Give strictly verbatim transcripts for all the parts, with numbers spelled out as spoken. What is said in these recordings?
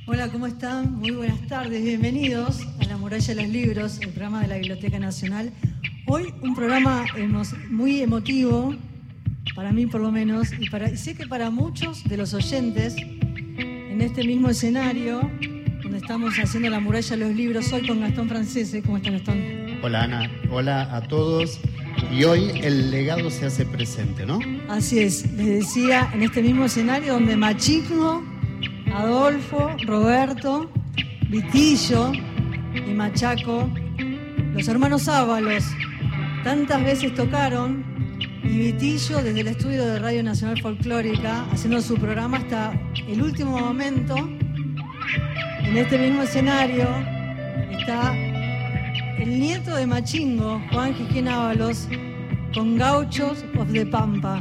Hola, ¿cómo están? Muy buenas tardes, bienvenidos a La Muralla de los Libros, el programa de la Biblioteca Nacional. Hoy un programa emo- muy emotivo, para mí por lo menos, y, para, y sé que para muchos de los oyentes, en este mismo escenario, donde estamos haciendo La Muralla de los Libros, hoy con Gastón Francese. ¿Cómo están, Gastón? Hola, Ana. Hola a todos. Y hoy el legado se hace presente, ¿no? Así es, les decía, en este mismo escenario donde Machingo, Adolfo, Roberto, Vitillo y Machaco, los hermanos Ábalos, tantas veces tocaron, y Vitillo desde el estudio de Radio Nacional Folclórica, haciendo su programa hasta el último momento. En este mismo escenario está el nieto de Machingo, Juan Gijín Ábalos, con Gauchos of the Pampa.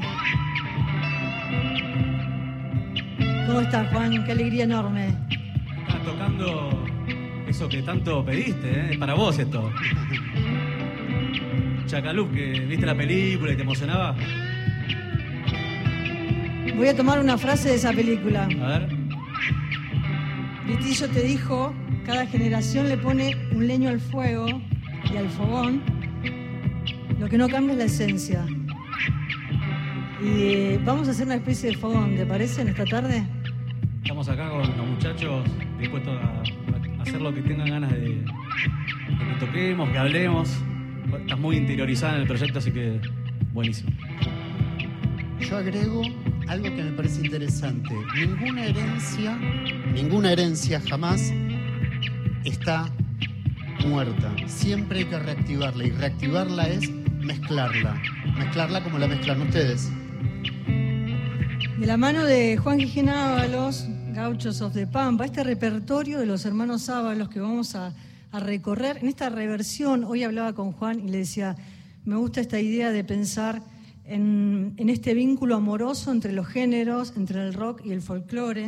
¿Cómo estás, Juan? Qué alegría enorme. Estás tocando eso que tanto pediste, ¿eh? Es para vos esto. Chacalup, que viste la película y te emocionaba. Voy a tomar una frase de esa película. A ver. Vitillo te dijo, cada generación le pone un leño al fuego y al fogón. Lo que no cambia es la esencia. Y eh, vamos a hacer una especie de fogón, ¿te parece, en esta tarde? Estamos acá con los muchachos dispuestos a, a hacer lo que tengan ganas de, de que toquemos, que hablemos. Estás muy interiorizada en el proyecto, así que buenísimo. Yo agrego algo que me parece interesante. Ninguna herencia, ninguna herencia jamás está muerta. Siempre hay que reactivarla, y reactivarla es mezclarla. Mezclarla como la mezclan ustedes. De la mano de Juan Gijín Ábalos, Gauchos of the Pampa, este repertorio de los hermanos Ábalos que vamos a, a recorrer en esta reversión. Hoy hablaba con Juan y le decía, me gusta esta idea de pensar en, en este vínculo amoroso entre los géneros, entre el rock y el folclore.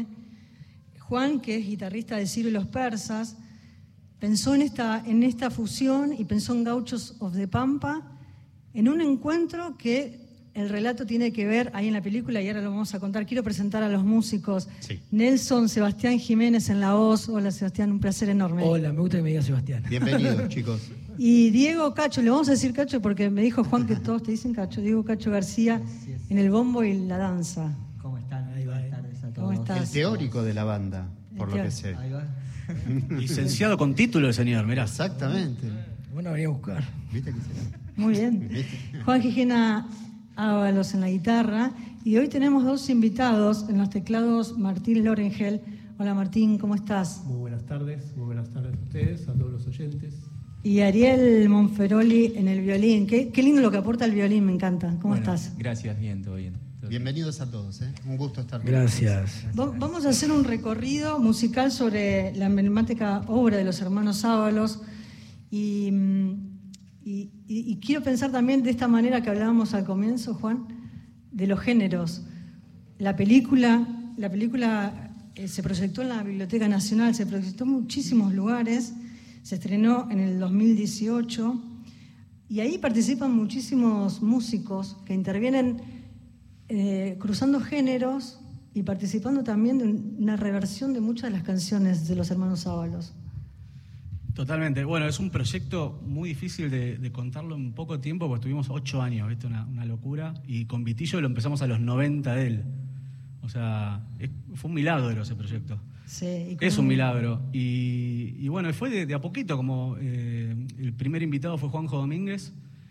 Juan, que es guitarrista de Ciro y los Persas, pensó en esta, en esta fusión y pensó en Gauchos of the Pampa, en un encuentro que el relato tiene que ver ahí en la película, y ahora lo vamos a contar. Quiero presentar a los músicos. Sí. Nelson Sebastián Jiménez en la voz. Hola, Sebastián, un placer enorme. Hola, me gusta que me diga Sebastián. Bienvenidos, chicos. Y Diego Cacho, le vamos a decir Cacho porque me dijo Juan que todos te dicen Cacho. Diego Cacho García en el bombo y la danza. ¿Cómo están? Ahí va, Buenas tardes a todos. ¿Cómo estás? El teórico de la banda, por lo que sé. Ahí va. Licenciado con título el señor, mirá. Exactamente. Bueno, venía a buscar. ¿Viste que será? Muy bien. Juan Gijín Ábalos en la guitarra. Y hoy tenemos dos invitados en los teclados, Martín Lorengel. Hola Martín, ¿cómo estás? Muy buenas tardes, muy buenas tardes a ustedes, a todos los oyentes. Y Ariel Monferoli en el violín. Qué, qué lindo lo que aporta el violín, me encanta. ¿Cómo Bueno, estás? Gracias, bien, todo bien. Todo Bienvenidos a todos, ¿eh? Un gusto estar con Gracias. Va- Vamos a hacer un recorrido musical sobre la emblemática obra de los hermanos Ábalos. Y, y, y- y quiero pensar también de esta manera que hablábamos al comienzo, Juan, de los géneros. La película, la película eh, se proyectó en la Biblioteca Nacional, se proyectó en muchísimos lugares, se estrenó en el dos mil dieciocho y ahí participan muchísimos músicos que intervienen eh, cruzando géneros y participando también de una reversión de muchas de las canciones de los hermanos Ábalos. Totalmente. Bueno, es un proyecto muy difícil de, de contarlo en poco tiempo, porque tuvimos ocho años, ¿viste? Una, una locura. Y con Vitillo lo empezamos a los noventa de él. O sea, es- fue un milagro ese proyecto. Sí, y con- Es un milagro. Y, y bueno, fue de, de a poquito, como eh, el primer invitado fue Juanjo Domínguez.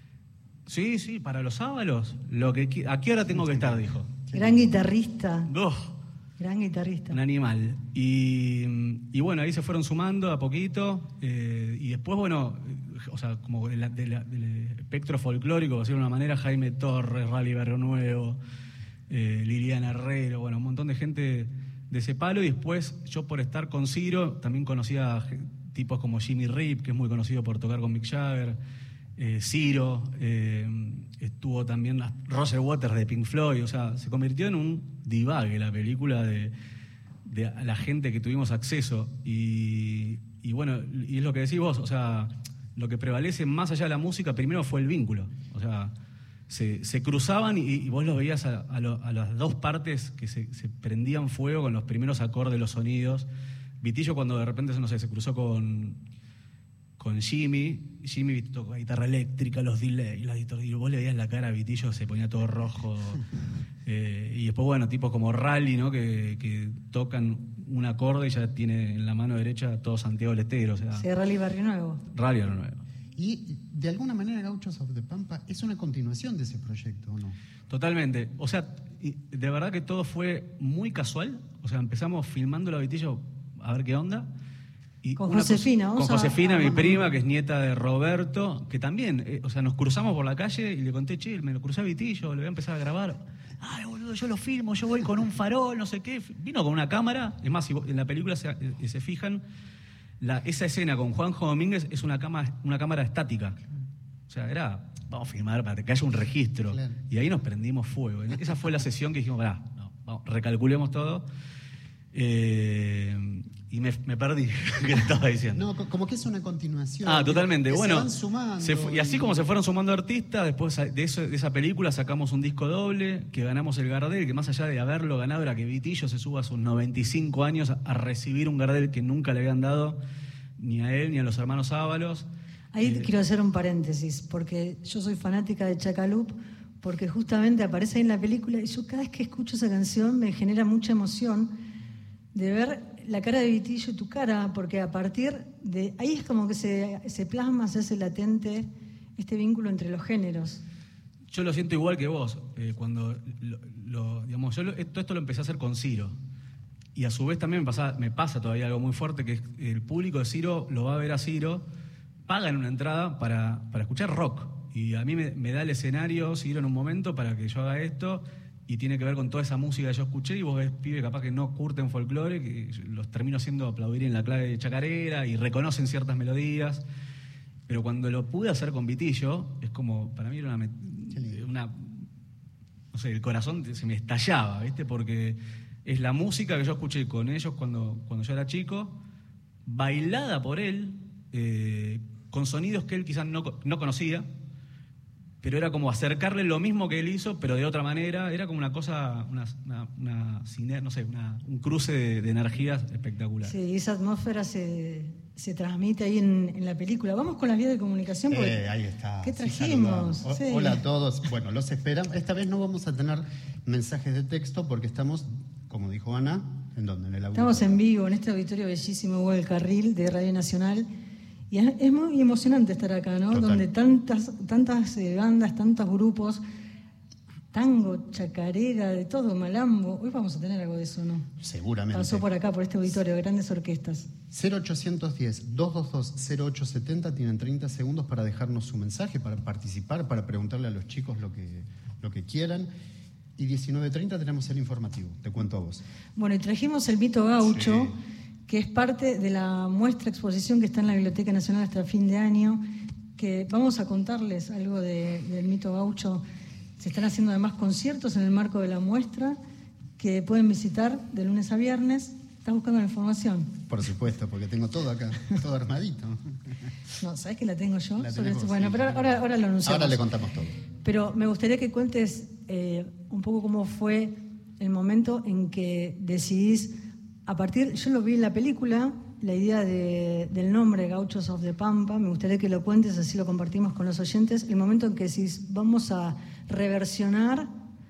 Sí, sí, para los Ábalos, lo que, qui- ¿a qué hora tengo que estar? Dijo. Gran guitarrista, ¡Oh! gran guitarrista. Un animal. Y, y bueno, ahí se fueron sumando a poquito. eh, y después, bueno, eh, o sea, como de la- de la- del espectro folclórico, por decirlo de una manera, Jaime Torres, Rally Barrio Nuevo, eh, Liliana Herrero, bueno, un montón de gente de ese palo. Y después, yo por estar con Ciro, también conocía a ge- tipos como Jimmy Rip, que es muy conocido por tocar con Mick Jagger. Eh, Ciro, eh, estuvo también Roger Waters de Pink Floyd, o sea, se convirtió en un divague la película de, de a la gente que tuvimos acceso. Y, y bueno, y es lo que decís vos, o sea, lo que prevalece más allá de la música primero fue el vínculo, o sea, se, se cruzaban y, y vos los veías a, a, lo, a las dos partes que se, se prendían fuego con los primeros acordes, los sonidos. Vitillo cuando de repente, no sé, se cruzó con, con Jimmy, Jimmy tocó guitarra eléctrica, los delays, la distorsión, y vos le veías la cara a Vitillo, se ponía todo rojo. Eh, y después, bueno, tipos como Rally, ¿no? Que, que tocan un acorde y ya tiene en la mano derecha todo Santiago del Estero. O sea, Sí, Rally Barrio Nuevo. Rally Barrio Nuevo. Y de alguna manera Gauchos of the Pampa es una continuación de ese proyecto, ¿o no? Totalmente. O sea, de verdad que todo fue muy casual. O sea, empezamos filmando la Vitillo a ver qué onda. Y Con una Josefina, cosa- vamos Con a- Josefina, a- mi prima, que es nieta de Roberto, que también, eh, o sea, nos cruzamos por la calle y le conté, che, me lo crucé a Vitillo, le voy a empezar a grabar. Ay, boludo, yo lo filmo, yo voy con un farol, no sé qué. Vino con una cámara. Es más, si vos- en la película se, eh, se fijan, la, esa escena con Juanjo Domínguez es una, cama, una cámara estática. O sea, era, vamos a filmar para que haya un registro. Claro. Y ahí nos prendimos fuego. Esa fue la sesión que dijimos, pará, no, vamos, recalculemos todo. Eh, y me, me perdí, ¿qué le estaba diciendo? No, co- como que es una continuación. Ah, totalmente. Que Bueno, se van sumando. se fu- y así como se fueron sumando artistas, después de, eso- de esa película sacamos un disco doble, que ganamos el Gardel, que más allá de haberlo ganado era que Vitillo se suba a sus noventa y cinco años a, a recibir un Gardel que nunca le habían dado ni a él ni a los hermanos Ábalos. Ahí Eh, quiero hacer un paréntesis, porque yo soy fanática de Chacalup, porque justamente aparece ahí en la película y yo cada vez que escucho esa canción me genera mucha emoción de ver la cara de Vitillo y tu cara, porque a partir de ahí es como que se, se plasma, se hace latente este vínculo entre los géneros. Yo lo siento igual que vos. eh, cuando lo, lo- digamos, yo lo- todo esto lo empecé a hacer con Ciro. Y a su vez también me pasa, me pasa todavía algo muy fuerte, que es el público de Ciro lo va a ver a Ciro, pagan una entrada para, para escuchar rock. Y a mí me, me da el escenario Ciro en un momento para que yo haga esto, y tiene que ver con toda esa música que yo escuché, y vos ves pibes capaz que no curten folclore, que los termino haciendo aplaudir en la clave de chacarera y reconocen ciertas melodías. Pero cuando lo pude hacer con Vitillo, es como, para mí era una, met- una no sé, el corazón se me estallaba, ¿viste? Porque es la música que yo escuché con ellos cuando, cuando yo era chico, bailada por él, eh, con sonidos que él quizás no, co- no conocía, pero era como acercarle lo mismo que él hizo, pero de otra manera. Era como una cosa, una, una, una siner- no sé, una- un cruce de, de energías espectacular. Sí, esa atmósfera se, se transmite ahí en, en la película. Vamos con las vías de comunicación. Porque Eh, ahí está. ¿Qué sí, trajimos? saludamos. O- Sí. Hola a todos. Bueno, los esperamos. Esta vez no vamos a tener mensajes de texto porque estamos, como dijo Ana, ¿en dónde? En el auditorio. Estamos en vivo en este auditorio bellísimo, Hugo del Carril, de Radio Nacional. Y es, es muy emocionante estar acá, ¿no? Total. Donde tantas, tantas eh, bandas, tantos grupos, tango, chacarera, de todo, malambo. Hoy vamos a tener algo de eso, ¿no? Seguramente. Pasó por acá, por este auditorio, grandes orquestas. cero ochocientos diez, doscientos veintidós, cero ocho setenta, tienen treinta segundos para dejarnos su mensaje, para participar, para preguntarle a los chicos lo que, lo que quieran. Y diecinueve treinta tenemos el informativo, te cuento a vos. Bueno, y trajimos el mito gaucho, Sí. que es parte de la muestra exposición que está en la Biblioteca Nacional hasta fin de año, que vamos a contarles algo de- del mito gaucho. Se están haciendo además conciertos en el marco de la muestra que pueden visitar de lunes a viernes. ¿Estás buscando la información? Por supuesto, porque tengo todo acá, todo armadito. No, ¿sabes que la tengo yo? La Sobre tenemos, esto? Bueno, sí. pero ahora, ahora lo anunciamos. Ahora le contamos todo. Pero me gustaría que cuentes eh, un poco cómo fue el momento en que decidís, a partir, yo lo vi en la película, la idea de- del nombre Gauchos of the Pampa, me gustaría que lo cuentes, así lo compartimos con los oyentes, el momento en que decís, vamos a reversionar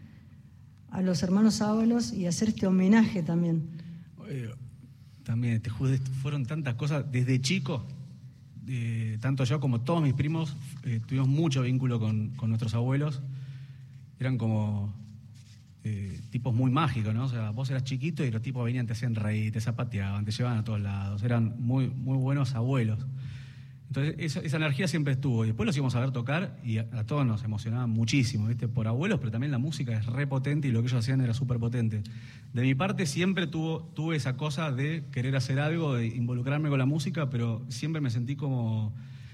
a los hermanos Ábalos y hacer este homenaje también. Eh, También, te juro, fueron tantas cosas. Desde chico, eh, tanto yo como todos mis primos, eh, tuvimos mucho vínculo con, con nuestros abuelos. Eran como eh, tipos muy mágicos, ¿no? O sea, vos eras chiquito y los tipos venían, te hacían reír, te zapateaban, te llevaban a todos lados. Eran muy, muy buenos abuelos. Entonces, esa, esa energía siempre estuvo. Y después los íbamos a ver tocar y a, a todos nos emocionaban muchísimo, ¿viste? Por abuelos, pero también la música es re potente y lo que ellos hacían era súper potente. De mi parte, siempre tuvo, tuve esa cosa de querer hacer algo, de involucrarme con la música, pero siempre me sentí como.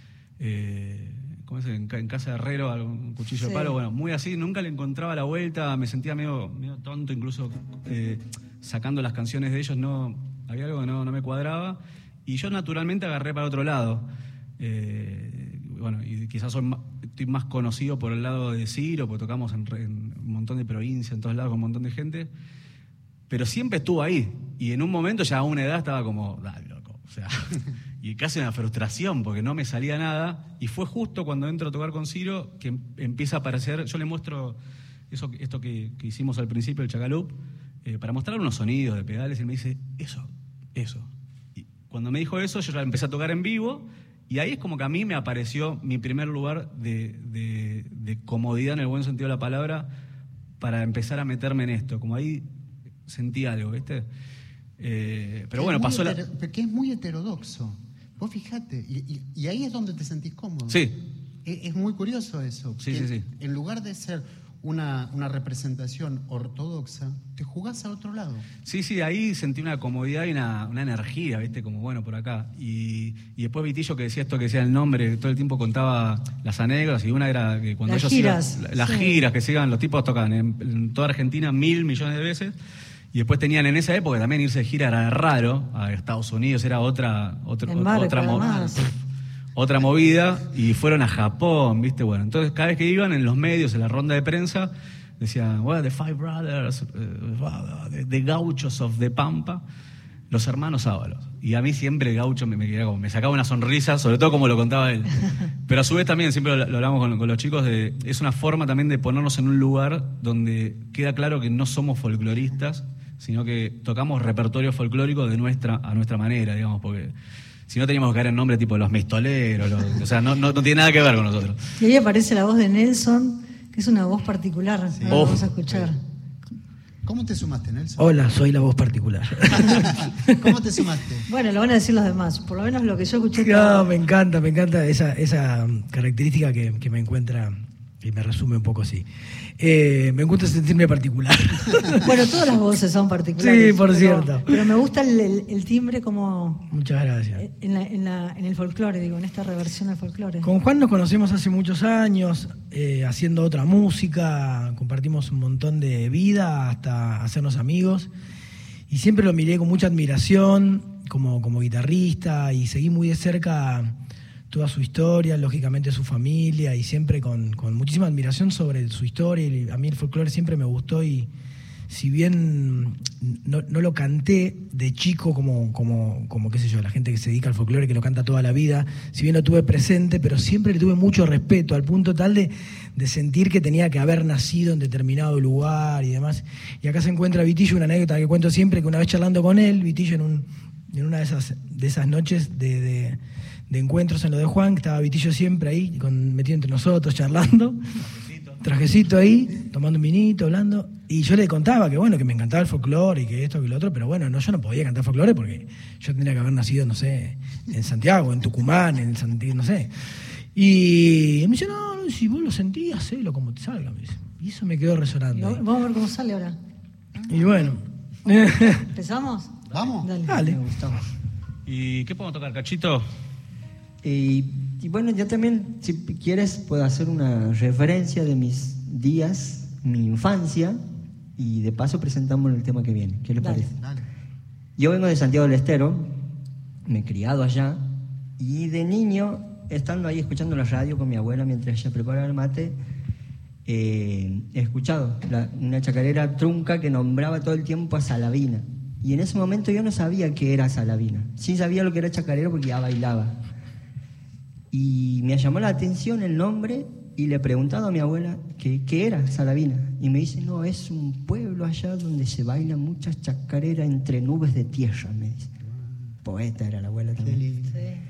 Eh, ¿Cómo es? En, ca- en casa de herrero, un cuchillo Sí. de palo. Bueno, muy así, nunca le encontraba la vuelta, me sentía medio, medio tonto, incluso eh, sacando las canciones de ellos, no, había algo que no, no me cuadraba. Y yo naturalmente agarré para otro lado. Eh, bueno, y quizás soy ma- estoy más conocido por el lado de Ciro, porque tocamos en, re- en un montón de provincias, en todos lados, con un montón de gente. pero siempre estuvo ahí. Y en un momento ya a una edad estaba como, dale, loco. O sea, y casi una frustración porque no me salía nada. Y fue justo cuando entro a tocar con Ciro que empieza a aparecer, yo le muestro eso, esto que, que hicimos al principio, el Chacalup, eh, para mostrarle unos sonidos de pedales, y él me dice, eso, eso. Y cuando me dijo eso, yo ya empecé a tocar en vivo, y ahí es como que a mí me apareció mi primer lugar de, de, de comodidad en el buen sentido de la palabra para empezar a meterme en esto. Como ahí sentí algo, ¿viste? Eh, pero que bueno, pasó hetero, la... Que es muy heterodoxo. Vos fijate, y, y, y ahí es donde te sentís cómodo. Sí. Es, es muy curioso eso. Sí, sí, sí. En lugar de ser una, una representación ortodoxa, te jugás a otro lado. Sí, sí, ahí sentí una comodidad y una, una energía, ¿viste? Como bueno, por acá. Y, y después Vitillo, que decía esto, que decía el nombre, todo el tiempo contaba las anécdotas, y una era que cuando las ellos giras, iban, las sí. giras que se iban, los tipos tocan en, en toda Argentina mil millones de veces, y después tenían en esa época también irse de gira era raro, a Estados Unidos era otra, otra, En barco, otra, mo- además. otra movida, y fueron a Japón, ¿viste? Bueno, entonces cada vez que iban en los medios, en la ronda de prensa, decían, well, the Five Brothers, uh, the, the Gauchos of the Pampa, los hermanos Ábalos. Y a mí siempre el gaucho me, me, quedaba como, me sacaba una sonrisa, sobre todo como lo contaba él. Pero a su vez también, siempre lo, lo hablamos con, con los chicos, de, es una forma también de ponernos en un lugar donde queda claro que no somos folcloristas, sino que tocamos repertorio folclórico de nuestra, a nuestra manera, digamos, porque si no teníamos que caer en nombre tipo los mistoleros, los, o sea, no, no, no tiene nada que ver con nosotros. Y ahí aparece la voz de Nelson, que es una voz particular, Sí. ahora Oh. vamos a escuchar. ¿Cómo te sumaste, Nelson? Hola, soy la voz particular. ¿Cómo te sumaste? Bueno, lo van a decir los demás, por lo menos lo que yo escuché. No, me encanta, me encanta esa, esa característica que, que me encuentra y me resume un poco así. Eh, me gusta sentirme particular. Bueno, todas las voces son particulares. Sí, por pero, cierto. Pero me gusta el, el- el timbre como Muchas gracias. en, la- en, la- en el folclore, digo, en esta reversión del folclore. Con Juan nos conocemos hace muchos años, eh, haciendo otra música, compartimos un montón de vida hasta hacernos amigos, y siempre lo miré con mucha admiración como, como guitarrista, y seguí muy de cerca toda su historia, lógicamente su familia, y siempre con, con muchísima admiración sobre su historia. Y a mí el folclore siempre me gustó, y si bien no, no lo canté de chico como, como, como, qué sé yo, la gente que se dedica al folclore, que lo canta toda la vida, si bien lo tuve presente, pero siempre le tuve mucho respeto, al punto tal de, de sentir que tenía que haber nacido en determinado lugar y demás. Y acá se encuentra Vitillo, una anécdota que cuento siempre, que una vez charlando con él, Vitillo en, un, en una de esas, de esas noches de... de de encuentros en lo de Juan, que estaba Vitillo siempre ahí, con, metido entre nosotros, charlando, trajecito. trajecito ahí, tomando un vinito, hablando, y yo le contaba que bueno, que me encantaba el folclore y que esto, que lo otro, pero bueno, no, yo no podía cantar folclore porque yo tendría que haber nacido, no sé, en Santiago, en Tucumán, en Santiago, no sé. Y me dice, no, no, si vos lo sentías, hacelo como te salga, me dice. Y eso me quedó Y resonando. va- vamos a ver cómo sale ahora. Y bueno, ¿Empezamos? ¿Vamos? Dale. dale. Me gustó. ¿Y qué podemos tocar, Cachito? Y, y bueno, yo también, si quieres, puedo hacer una referencia de mis días, mi infancia, y de paso presentamos el tema que viene. ¿Qué les Dale. parece? Dale. Yo vengo de Santiago del Estero, me he criado allá, y de niño, estando ahí escuchando la radio con mi abuela mientras ella preparaba el mate, eh, he escuchado la- una chacarera trunca que nombraba todo el tiempo a Salavina. Y en ese momento yo no sabía qué era Salavina. Sí sabía lo que era chacarero porque ya bailaba. Y me llamó la atención el nombre y le he preguntado a mi abuela qué, qué era Salavina. Y me dice, no, es un pueblo allá donde se baila muchas chacareras entre nubes de tierra, me dice. Poeta era la abuela Qué también. lindo.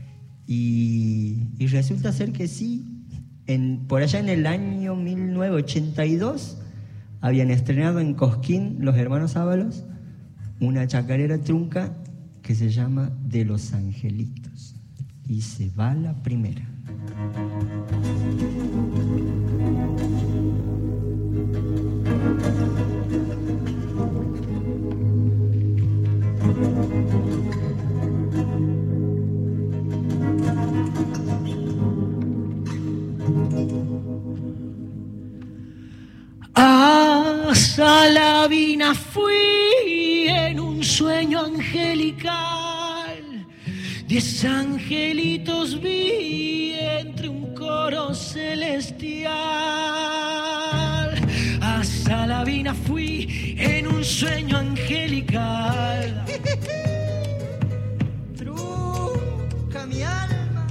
Y, y resulta ser que sí, en, por allá en el año mil novecientos ochenta y dos habían estrenado en Cosquín los hermanos Ábalos una chacarera trunca que se llama De los Angelitos. Y se va la primera. A Salavina fui en un sueño angelical, diez angelitos vi entre un coro celestial. A Salavina fui en un un sueño angelical. Trunca mi alma.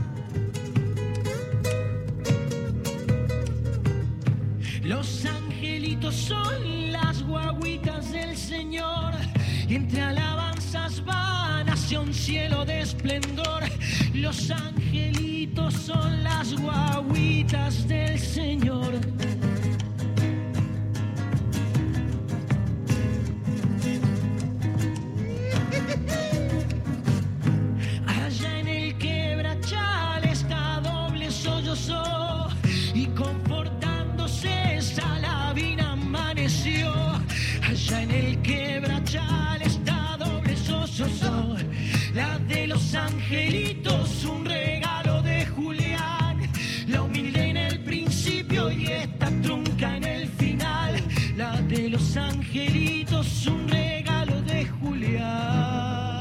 Los angelitos son las guaguitas del Señor, y entre alabanzas van hacia un cielo de esplendor. Los angelitos son las guaguitas del Señor. Allá en el quebrachal está doble sollozó, y confortándose Salavina amaneció. Allá en el quebrachal está doble sollozó, la de los angelitos, un regalo de Julián. La humilde en el principio y esta trunca en el final. La de los angelitos, un regalo de Julián.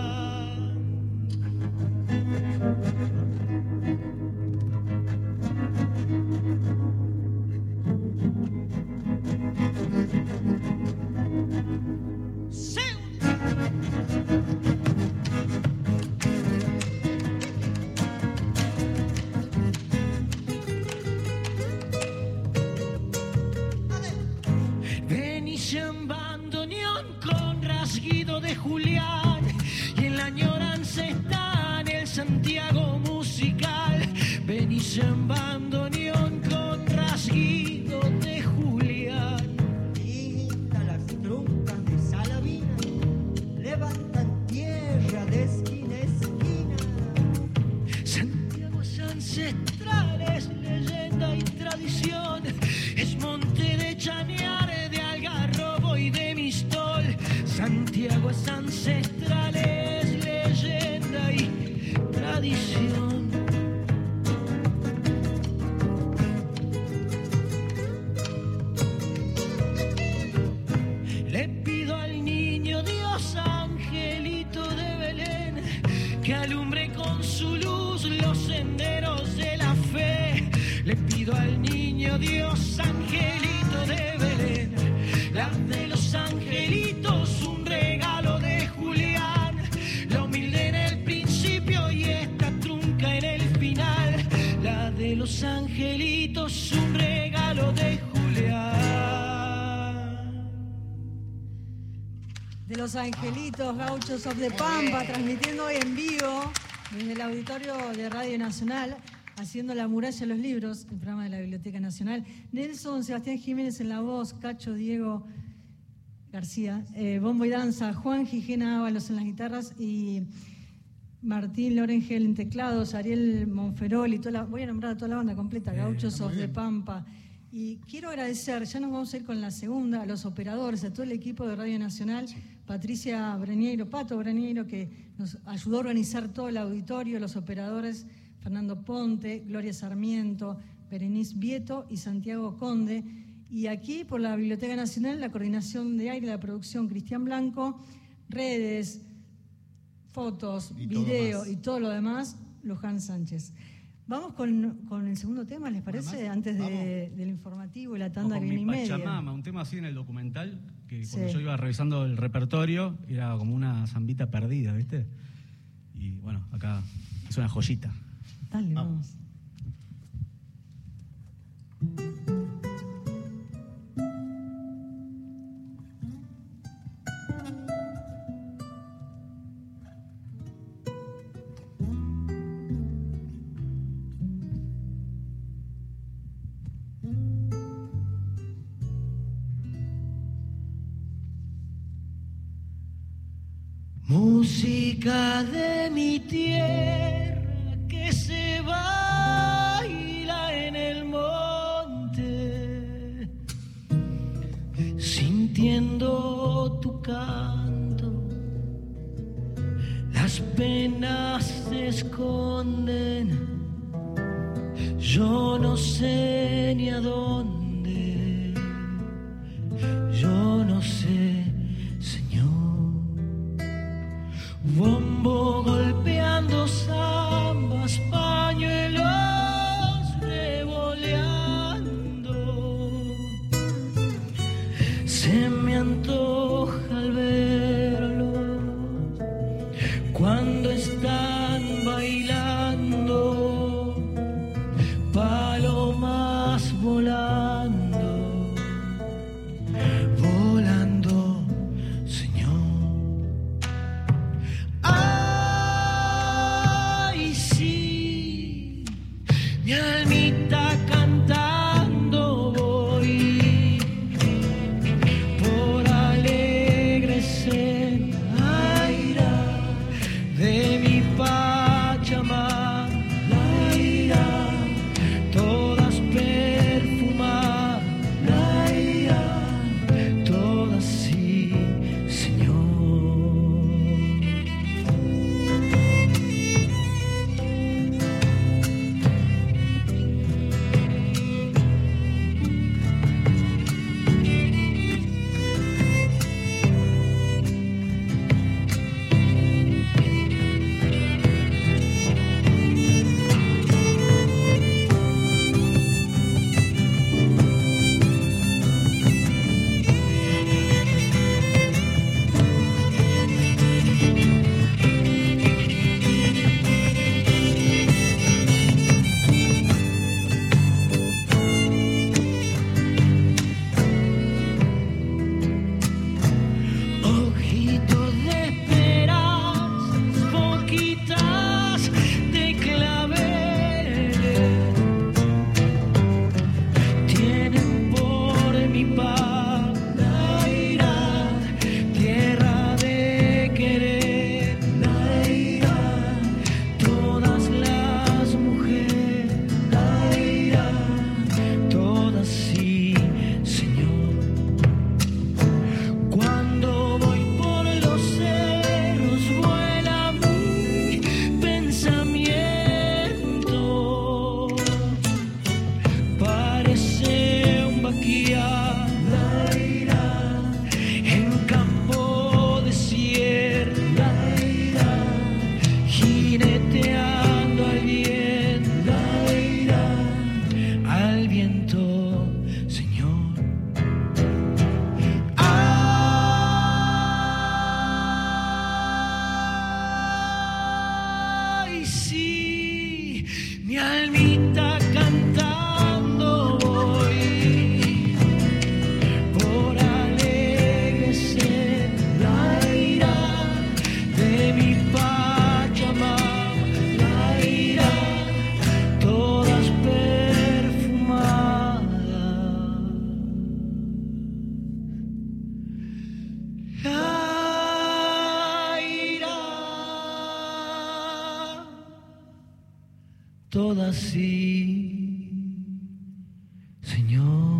En bandoneón con rasguido de Julián, y en la añoranza está en el Santiago musical. Venís en bandoneón con rasguido de Julián. Quita las truncas de Salavina, levantan tierra de esquina a esquina. Santiago es ancestral, es leyenda y tradición, es monte de chanear, de algarrobo y de mistol. Santiago es ancestral, es leyenda y tradición. Le pido al niño Dios, angelito de Belén, que alumbre con su luz los senderos de la fe. Le pido al niño Dios, angelito de Belén, la de los angelitos, un regalo de Julián. La humilde en el principio y esta trunca en el final. La de los angelitos, un regalo de Julián. De los angelitos, Gauchos of the Pampa, transmitiendo hoy en vivo desde el auditorio de Radio Nacional, haciendo La Muralla de los Libros, el programa de la Biblioteca Nacional. Nelson, Sebastián Jiménez en la voz, Cacho, Diego García, eh, bombo y danza, Juan Gijena Ábalos en las guitarras y Martín Lorengel en teclados, Ariel Monferol y toda la, voy a nombrar a toda la banda completa, Gauchos of the Pampa. Y quiero agradecer, ya nos vamos a ir con la segunda, a los operadores, a todo el equipo de Radio Nacional, sí. Patricia Breñeiro, Pato Breñeiro, que nos ayudó a organizar todo el auditorio, los operadores, Fernando Ponte, Gloria Sarmiento, Berenice Vieto y Santiago Conde. Y aquí, por la Biblioteca Nacional, la coordinación de aire, la producción Cristian Blanco, redes, fotos, y video todo y todo lo demás, Luján Sánchez. Vamos con, con el segundo tema, ¿les parece? Bueno, Antes de, del informativo y la tanda con que viene y mi media. Pachamama, un tema así en el documental, que Sí. cuando yo iba revisando el repertorio, era como una zambita perdida, ¿viste? Y bueno, acá es una joyita. Dale, Vamos. vamos. Música de mi tierra que se baila en el monte, sintiendo tu canto, las penas se esconden, yo no sé ni a dónde, yo no sé. Bombo golpeando zambas, pañuelos revoleando, se me antoja al verlos cuando están bailando, palomas volando, volando, Señor. Ay, sí, mi almita cantando voy por alegre senda de mi Pachamama, la ira, todas perfumadas, la ira, todas sí, Señor. Ojitos de esperanzas, boquitas de claveles, tienen por mi paz la ira, tierra de querer, la ira, todas las mujeres, la ira, todas sí, Señor. Cuando voy por los cerros vuela mi pensamiento, parece un vaquía, la ira, en campo desierto, la ira, jineteando al viento, la ira, al viento, Señor. Ay, sí, mi almita cantando voy por alegre senda, la ira de mi Pachamama, la ira, todas perfumadas, la ira, todas sí, Señor.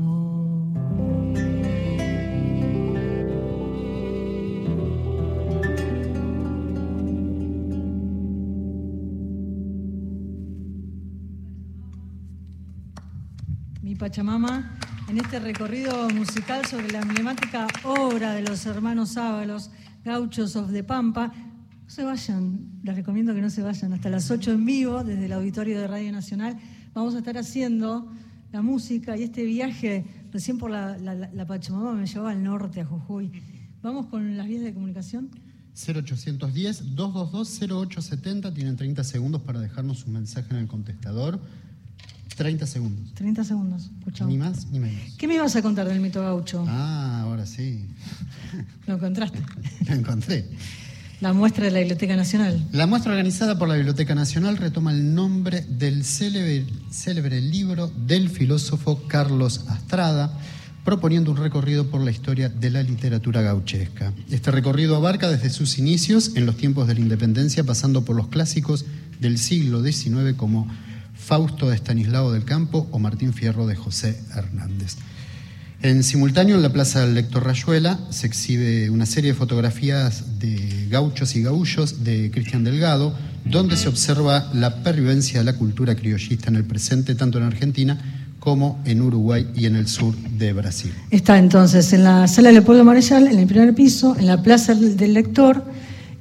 Mi Pachamama, en este recorrido musical sobre la emblemática obra de los hermanos Ábalos, Gauchos of the Pampa. No se vayan, les recomiendo que no se vayan, hasta las ocho en vivo, desde el auditorio de Radio Nacional. Vamos a estar haciendo la música y este viaje, recién por la, la, la Pachamama me llevaba al norte, a Jujuy. Vamos con las vías de comunicación. cero ochocientos diez, doscientos veintidós, cero ocho setenta, tienen treinta segundos para dejarnos un mensaje en el contestador. treinta segundos. treinta segundos, escuchamos. Ni más ni menos. ¿Qué me ibas a contar del mito gaucho? Ah, ahora sí. ¿Lo encontraste? Lo encontré. La muestra de la Biblioteca Nacional. La muestra organizada por la Biblioteca Nacional retoma el nombre del célebre, célebre libro del filósofo Carlos Astrada, proponiendo un recorrido por la historia de la literatura gauchesca. Este recorrido abarca desde sus inicios en los tiempos de la independencia, pasando por los clásicos del siglo diecinueve como Fausto de Estanislao del Campo o Martín Fierro de José Hernández. En simultáneo, en la Plaza del Lector Rayuela, se exhibe una serie de fotografías de gauchos y gaullos de Cristian Delgado, donde se observa la pervivencia de la cultura criollista en el presente, tanto en Argentina como en Uruguay y en el sur de Brasil. Está entonces en la Sala Leopoldo Marechal, en el primer piso, en la Plaza del Lector,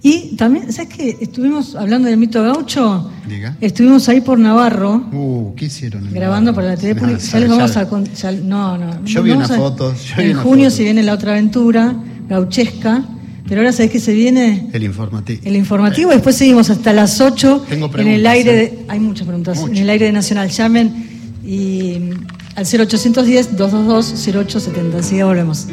Y también, ¿sabes qué? Estuvimos hablando del mito gaucho. Diga. Estuvimos ahí por Navarro. Uh, ¿qué hicieron? Grabando para la tele pública. Ya les vamos a con- ya- no, no. Yo vi Vamos unas a- fotos, yo vi en unas junio fotos. se viene la otra aventura gauchesca, pero ahora sabés que se viene El informativo. el informativo. Después seguimos hasta las ocho Tengo en preguntas, el aire ¿eh? de, hay muchas preguntas Muchas. en el aire de Nacional. Llamen y mm, al cero ochocientos diez, doscientos veintidós, cero ocho setenta. Así que volvemos.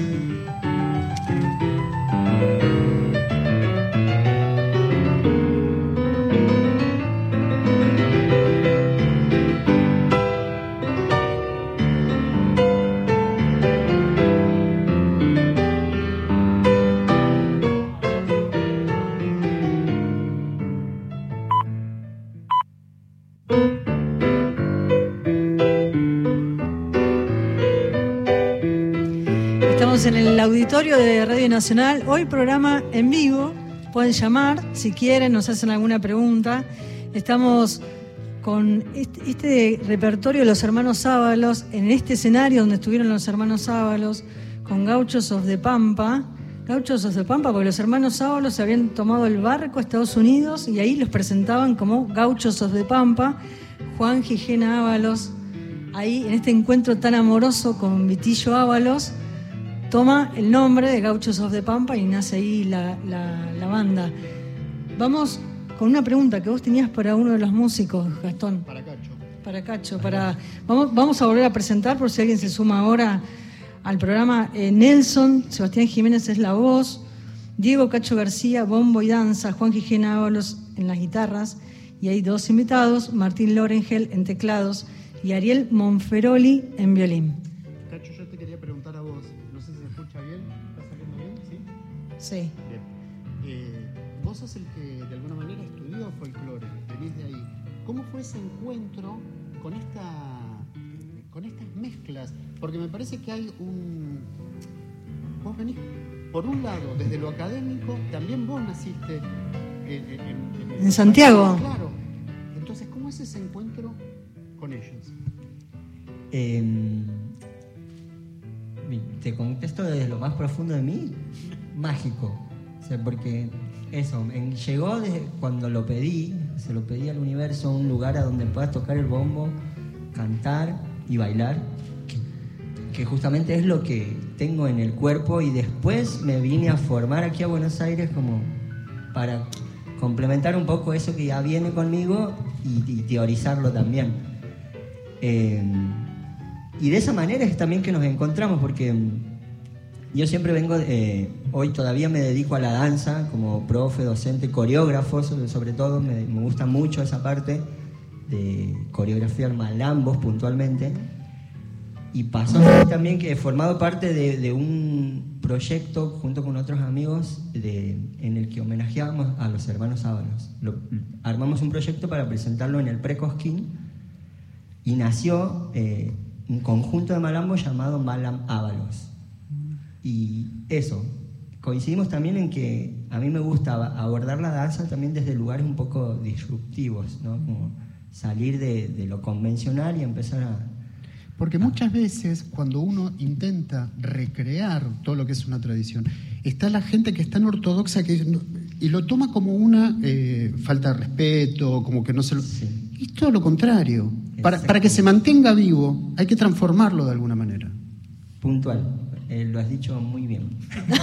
Estamos en el auditorio de Radio Nacional. Hoy programa en vivo. Pueden llamar si quieren, nos hacen alguna pregunta. Estamos con este, este repertorio de los hermanos Ábalos, en este escenario donde estuvieron los hermanos Ábalos, con Gauchos of the Pampa. Gauchos of the Pampa, porque los hermanos Ábalos se habían tomado el barco a Estados Unidos y ahí los presentaban como Gauchos of the Pampa. Juan Gijena Ábalos, ahí en este encuentro tan amoroso con Vitillo Ábalos, toma el nombre de Gauchos of the Pampa y nace ahí la, la, la banda. Vamos con una pregunta que vos tenías para uno de los músicos, Gastón. Para Cacho. Para Cacho, para... Vamos, vamos a volver a presentar por si alguien se suma ahora al programa. Eh, Nelson, Sebastián Jiménez es la voz, Diego Cacho García, bombo y danza, Juan Gijena Ábalos en las guitarras, y hay dos invitados, Martín Lorengel en teclados y Ariel Monferoli en violín. Cacho, yo te quería preguntar a vos, no sé si se escucha bien, ¿está saliendo bien? ¿Sí? Sí. Bien. Eh, vos sos el que de alguna manera estudió folclore, venís de ahí. ¿Cómo fue ese encuentro con esta, con estas mezclas? Porque me parece que hay un... Vos venís, por un lado, desde lo académico, también vos naciste en, en, en, en, En Santiago. Claro. Entonces, ¿cómo es ese encuentro con ellos? Eh, te contesto desde lo más profundo de mí, mágico. O sea, porque eso, en- llegó desde cuando lo pedí, se lo pedí al universo, un lugar a donde puedas tocar el bombo, cantar y bailar, que, que justamente es lo que tengo en el cuerpo, y después me vine a formar aquí a Buenos Aires como para complementar un poco eso que ya viene conmigo y, y teorizarlo también. Eh, y de esa manera es también que nos encontramos, porque yo siempre vengo, eh, hoy todavía me dedico a la danza como profe, docente, coreógrafo, sobre, sobre todo, me, me gusta mucho esa parte de coreografiar malambos puntualmente. Y pasó también que he formado parte de, de un proyecto junto con otros amigos de, en el que homenajeábamos a los hermanos Ábalos. Lo, armamos un proyecto para presentarlo en el Pre-Cosquín y nació eh, un conjunto de malambos llamado Malam Ábalos. Y eso, coincidimos también en que a mí me gusta abordar la danza también desde lugares un poco disruptivos, ¿no? Como salir de, de lo convencional y empezar a... Porque muchas veces cuando uno intenta recrear todo lo que es una tradición, está la gente que es tan ortodoxa que no- y lo toma como una eh, falta de respeto, como que no se lo... Sí. Y es todo lo contrario. Para, para que se mantenga vivo hay que transformarlo de alguna manera. Puntual, eh, lo has dicho muy bien.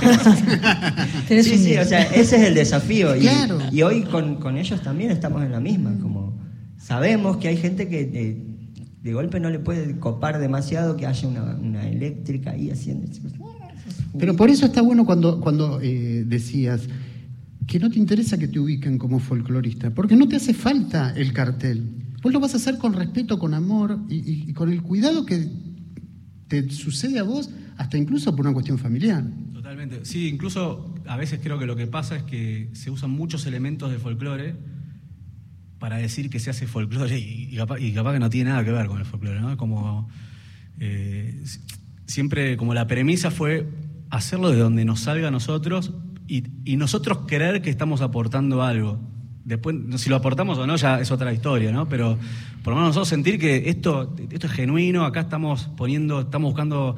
Tenés Sí, un sí, día. o sea, ese es el desafío. Y, Claro. y hoy con, con ellos también estamos en la misma. Como sabemos que hay gente que eh, de golpe no le puede copar demasiado que haya una, una eléctrica ahí haciendo... Pero por eso está bueno cuando, cuando eh, decías que no te interesa que te ubiquen como folclorista, porque no te hace falta el cartel. Vos lo vas a hacer con respeto, con amor y, y- y con el cuidado que te sucede a vos, hasta incluso por una cuestión familiar. Totalmente. Sí, incluso a veces creo que lo que pasa es que se usan muchos elementos de folclore para decir que se hace folclore y, y, capaz, y capaz que no tiene nada que ver con el folclore, ¿no? Como eh, siempre como la premisa fue hacerlo de donde nos salga a nosotros y, y nosotros creer que estamos aportando algo. Después, si lo aportamos o no, ya es otra historia, ¿no? Pero por lo menos nosotros sentir que esto, esto es genuino, acá estamos poniendo, estamos buscando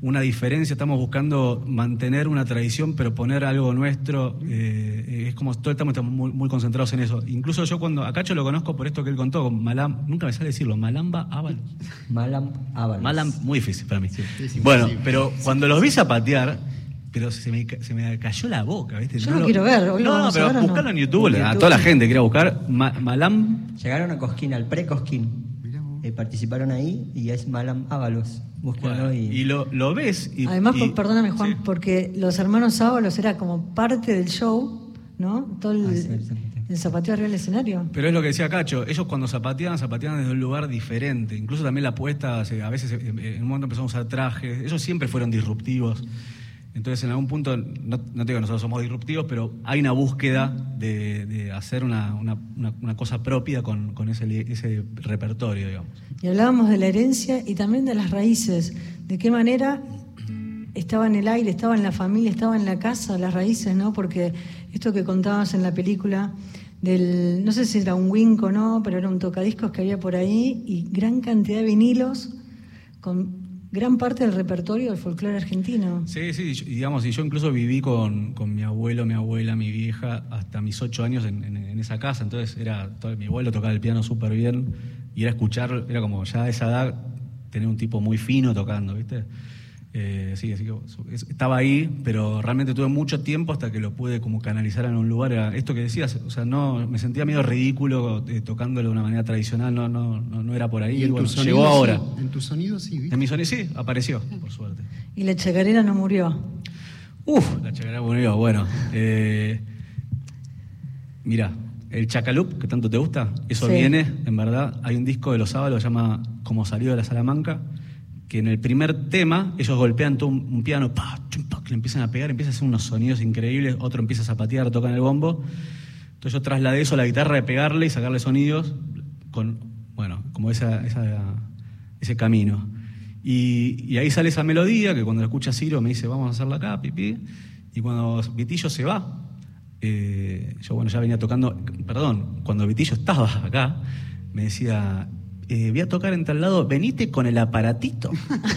una diferencia, estamos buscando mantener una tradición, pero poner algo nuestro. Eh, es como todo estamos muy, muy concentrados en eso. Incluso yo cuando, a Cacho lo conozco por esto que él contó, con Malam, nunca me sale decirlo, Malamba Ábalos. Malam Ábalos. Malam, muy difícil para mí. Sí, es bueno, imposible. pero cuando los vi zapatear, pero se me, ca- se me cayó la boca, ¿viste? Yo lo quiero ver, hoy lo No, no, vamos a pero ver, ¿o no? buscarlo en YouTube, En a YouTube. toda la gente que quiera buscar, Ma- Malam. Llegaron a Cosquín, al pre-Cosquín. Mirá vos. Eh, participaron ahí y es Malam Ábalos. Búsquenlo y... Y lo, lo ves y... Además, y- por- perdóname Juan, sí. porque los hermanos Ábalos era como parte del show, ¿no? Todo el, Ah, sí, exactamente. el zapateo arriba del escenario. Pero es lo que decía Cacho, ellos cuando zapateaban, zapateaban desde un lugar diferente. Incluso también la apuesta, se- a veces eh, en un momento empezaron a usar trajes. Ellos siempre fueron disruptivos. Entonces, en algún punto, no, no te digo que nosotros somos disruptivos, pero hay una búsqueda de, de hacer una, una, una, una cosa propia con, con ese, li- ese repertorio, digamos. Y hablábamos de la herencia y también de las raíces. ¿De qué manera estaba en el aire, estaba en la familia, estaba en la casa, las raíces, ¿no? Porque esto que contabas en la película, del, no sé si era un Winco o no, pero era un tocadiscos que había por ahí y gran cantidad de vinilos con gran parte del repertorio del folclore argentino. Sí, sí, y digamos, y yo incluso viví con, con mi abuelo, mi abuela, mi vieja, hasta mis ocho años en, en- en esa casa. Entonces, era todo, mi abuelo tocaba el piano súper bien y era escuchar, era como ya a esa edad tener un tipo muy fino tocando, ¿viste? Eh, sí, así que es- estaba ahí, pero realmente tuve mucho tiempo hasta que lo pude como canalizar en un lugar. Era esto que decías, o sea, no, me sentía medio ridículo eh, tocándolo de una manera tradicional, no, no, no, no era por ahí. Y en Bueno, tu sonido, llegó ahora. sí, en tu sonido sí, ¿viste? En mi sonido sí, apareció, por suerte. Y la chacarera no murió. Uf, la chacarera murió, bueno. Eh, mira, el Chacalup, que tanto te gusta, eso Sí. viene, en verdad. Hay un disco de Los Ábalos, se llama Como salió de la Salamanca, que en el primer tema ellos golpean todo un, un piano, pa, chum, pa, que le empiezan a pegar, empiezan a hacer unos sonidos increíbles, otro empieza a zapatear, tocan el bombo. Entonces yo trasladé eso a la guitarra de pegarle y sacarle sonidos con, bueno, como esa, esa, ese camino. Y, y ahí sale esa melodía que cuando la escucha Ciro me dice, vamos a hacerla acá, pipí. Y cuando Vitillo se va, eh, yo bueno ya venía tocando, perdón, cuando Vitillo estaba acá, me decía, eh, voy a tocar en tal lado, venite con el aparatito.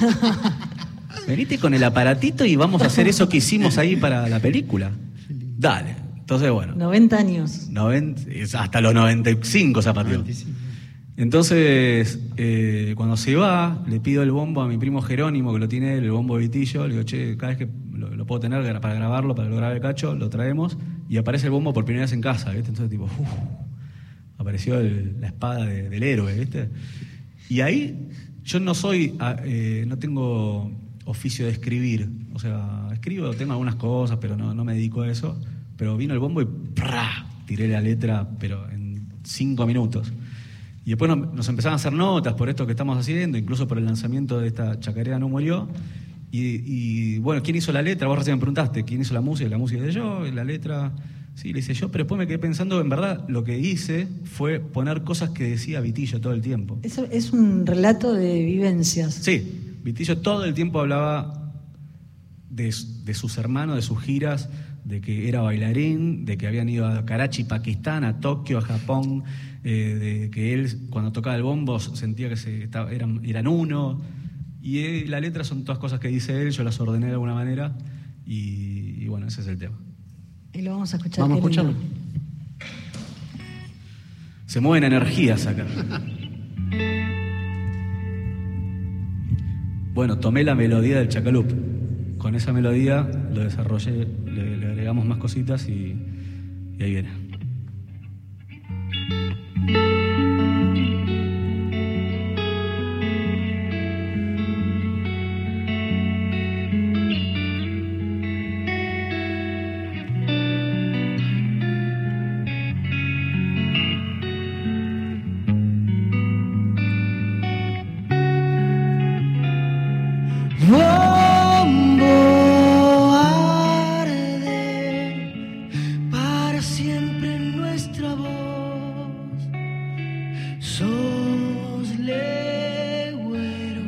Venite con el aparatito y vamos a hacer eso que hicimos ahí para la película. Dale. Entonces, bueno, noventa años. noventa, hasta los noventa y cinco zapateó. noventa y cinco. Entonces, eh, cuando se va, le pido el bombo a mi primo Jerónimo, que lo tiene él, el bombo de Vitillo. Le digo, che, cada vez que lo, lo puedo tener para grabarlo, para lograr el Cacho, lo traemos. Y aparece el bombo por primera vez en casa, ¿viste? Entonces, tipo, uf, apareció el- la espada de- del héroe, ¿viste? Y ahí, yo no soy, ah, eh, no tengo oficio de escribir. O sea, escribo, tengo algunas cosas, pero no, no me dedico a eso. Pero vino el bombo y ¡prá! Tiré la letra, pero en cinco minutos. Y después nos, nos empezaron a hacer notas por esto que estamos haciendo, incluso por el lanzamiento de esta Chacarera No Murió. Y, y, bueno, ¿quién hizo la letra? Vos recién me preguntaste, ¿quién hizo la música? La música de yo, y la letra, sí, le hice yo, pero después me quedé pensando, en verdad, lo que hice fue poner cosas que decía Vitillo todo el tiempo. Es, es un relato de vivencias. Sí, Vitillo todo el tiempo hablaba de, de sus hermanos, de sus giras, de que era bailarín, de que habían ido a Karachi, Pakistán, a Tokio, a Japón, eh, de que él cuando tocaba el bombo sentía que se estaba, eran, eran uno. Y eh, la letra son todas cosas que dice él, yo las ordené de alguna manera y, y bueno, ese es el tema. Y lo vamos a escuchar. Vamos a qué lindo. escucharlo. Se mueven energías acá. Bueno, tomé la melodía del Chacalup. Con esa melodía lo desarrollé, le, le agregamos más cositas y, y ahí viene. Bombo arde para siempre en nuestra voz. Sos legüero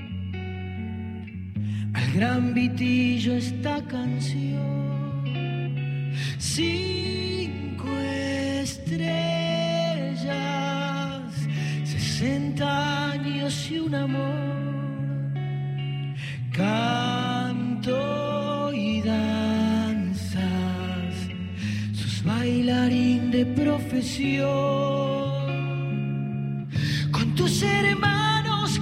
al gran Vitillo esta canción. Cinco estrellas, sesenta años y un amor. Cada de profesión. Con tus hermanos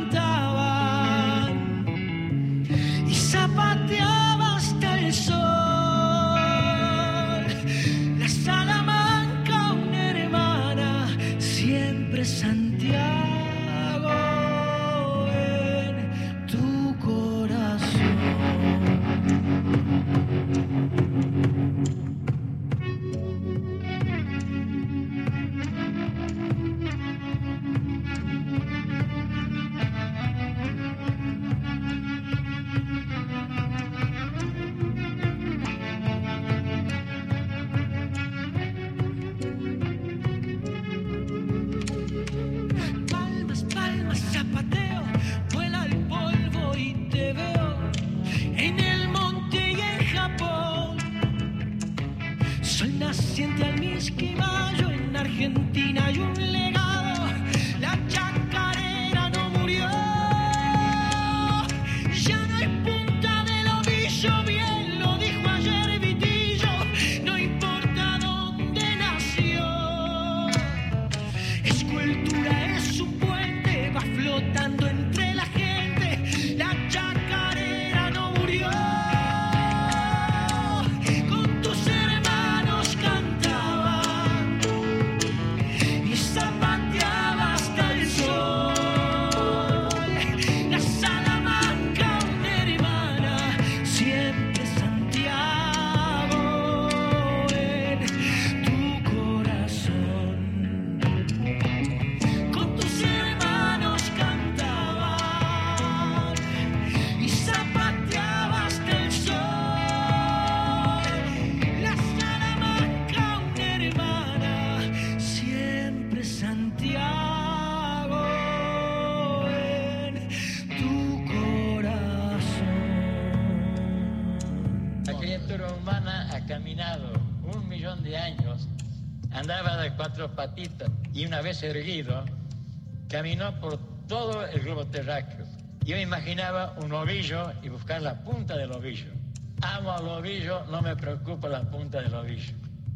cantaban y zapateaba hasta el sol. La Salamanca, una hermana, siempre Santiago en tu corazón. Naciente al Misquimayo, en Argentina hay un legado. La chacarera no murió. Ya no hay punta del ovillo, bien lo dijo ayer Vitillo. No importa dónde nació. Es cultura, es un puente, va flotando entre la gente. La chacarera no murió. Andaba de cuatro patitas y una vez erguido, caminó por todo el globo terráqueo. Yo me imaginaba un ovillo y buscar la punta del ovillo. Amo al ovillo, no me preocupa la punta del ovillo.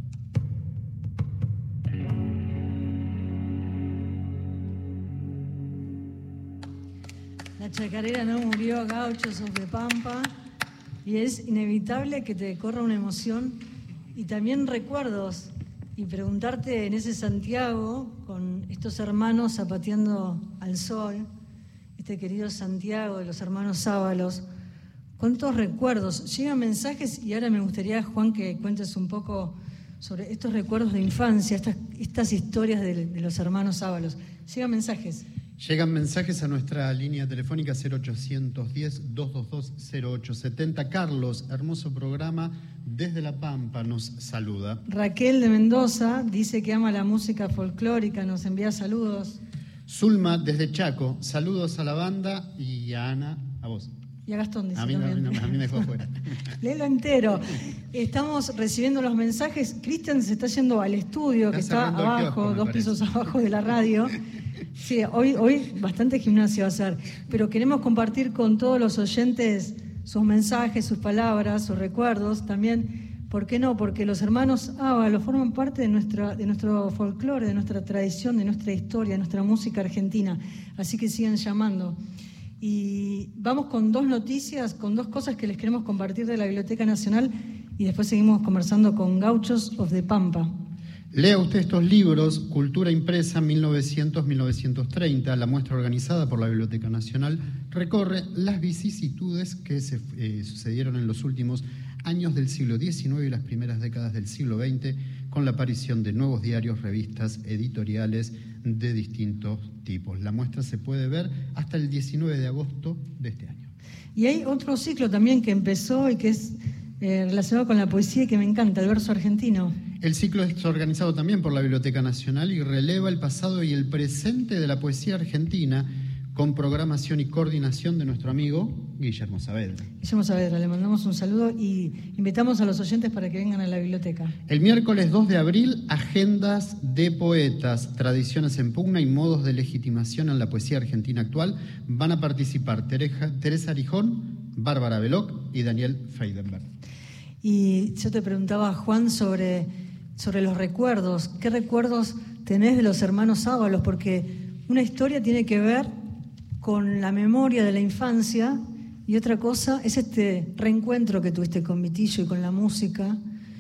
La chacarera no murió, Gauchos of the Pampa, y es inevitable que te corra una emoción y también recuerdos. Y preguntarte en ese Santiago, con estos hermanos zapateando al sol, este querido Santiago de los hermanos Sábalos, ¿cuántos recuerdos? Llegan mensajes y ahora me gustaría, Juan, que cuentes un poco sobre estos recuerdos de infancia, estas, estas historias de, de los hermanos Sábalos. Llegan mensajes. Llegan mensajes a nuestra línea telefónica cero ochocientos diez, doscientos veintidós, cero ocho setenta. Carlos, hermoso programa, desde La Pampa nos saluda. Raquel de Mendoza dice que ama la música folclórica, nos envía saludos. Zulma, desde Chaco, saludos a la banda y a Ana, a vos. Y a Gastón, dice a mí, también. No, a mí me dejó fuera. Léelo entero. Estamos recibiendo los mensajes. Cristian se está yendo al estudio, que está abajo, kiosco, dos pisos abajo de la radio. Sí, hoy, hoy bastante gimnasia va a ser, pero queremos compartir con todos los oyentes sus mensajes, sus palabras, sus recuerdos, también, ¿por qué no? Porque los hermanos Ábalos forman parte de, nuestra, de nuestro folclore, de nuestra tradición, de nuestra historia, de nuestra música argentina, así que sigan llamando. Y vamos con dos noticias, con dos cosas que les queremos compartir de la Biblioteca Nacional y después seguimos conversando con Gauchos of the Pampa. Lea usted estos libros, Cultura Impresa mil novecientos a mil novecientos treinta, la muestra organizada por la Biblioteca Nacional, recorre las vicisitudes que se eh, sucedieron en los últimos años del siglo diecinueve y las primeras décadas del siglo veinte, con la aparición de nuevos diarios, revistas, editoriales de distintos tipos. La muestra se puede ver hasta el diecinueve de agosto de este año. Y hay otro ciclo también que empezó y que es eh, relacionado con la poesía y que me encanta, el verso argentino. El ciclo es organizado también por la Biblioteca Nacional y releva el pasado y el presente de la poesía argentina con programación y coordinación de nuestro amigo Guillermo Saavedra. Guillermo Saavedra, le mandamos un saludo y invitamos a los oyentes para que vengan a la biblioteca. El miércoles dos de abril, agendas de poetas, tradiciones en pugna y modos de legitimación en la poesía argentina actual. Van a participar Tereja, Teresa Arijón, Bárbara Beloc y Daniel Feidenberg. Y yo te preguntaba, Juan, sobre sobre los recuerdos. ¿Qué recuerdos tenés de los hermanos Ábalos? Porque una historia tiene que ver con la memoria de la infancia y otra cosa es este reencuentro que tuviste con Vitillo y con la música,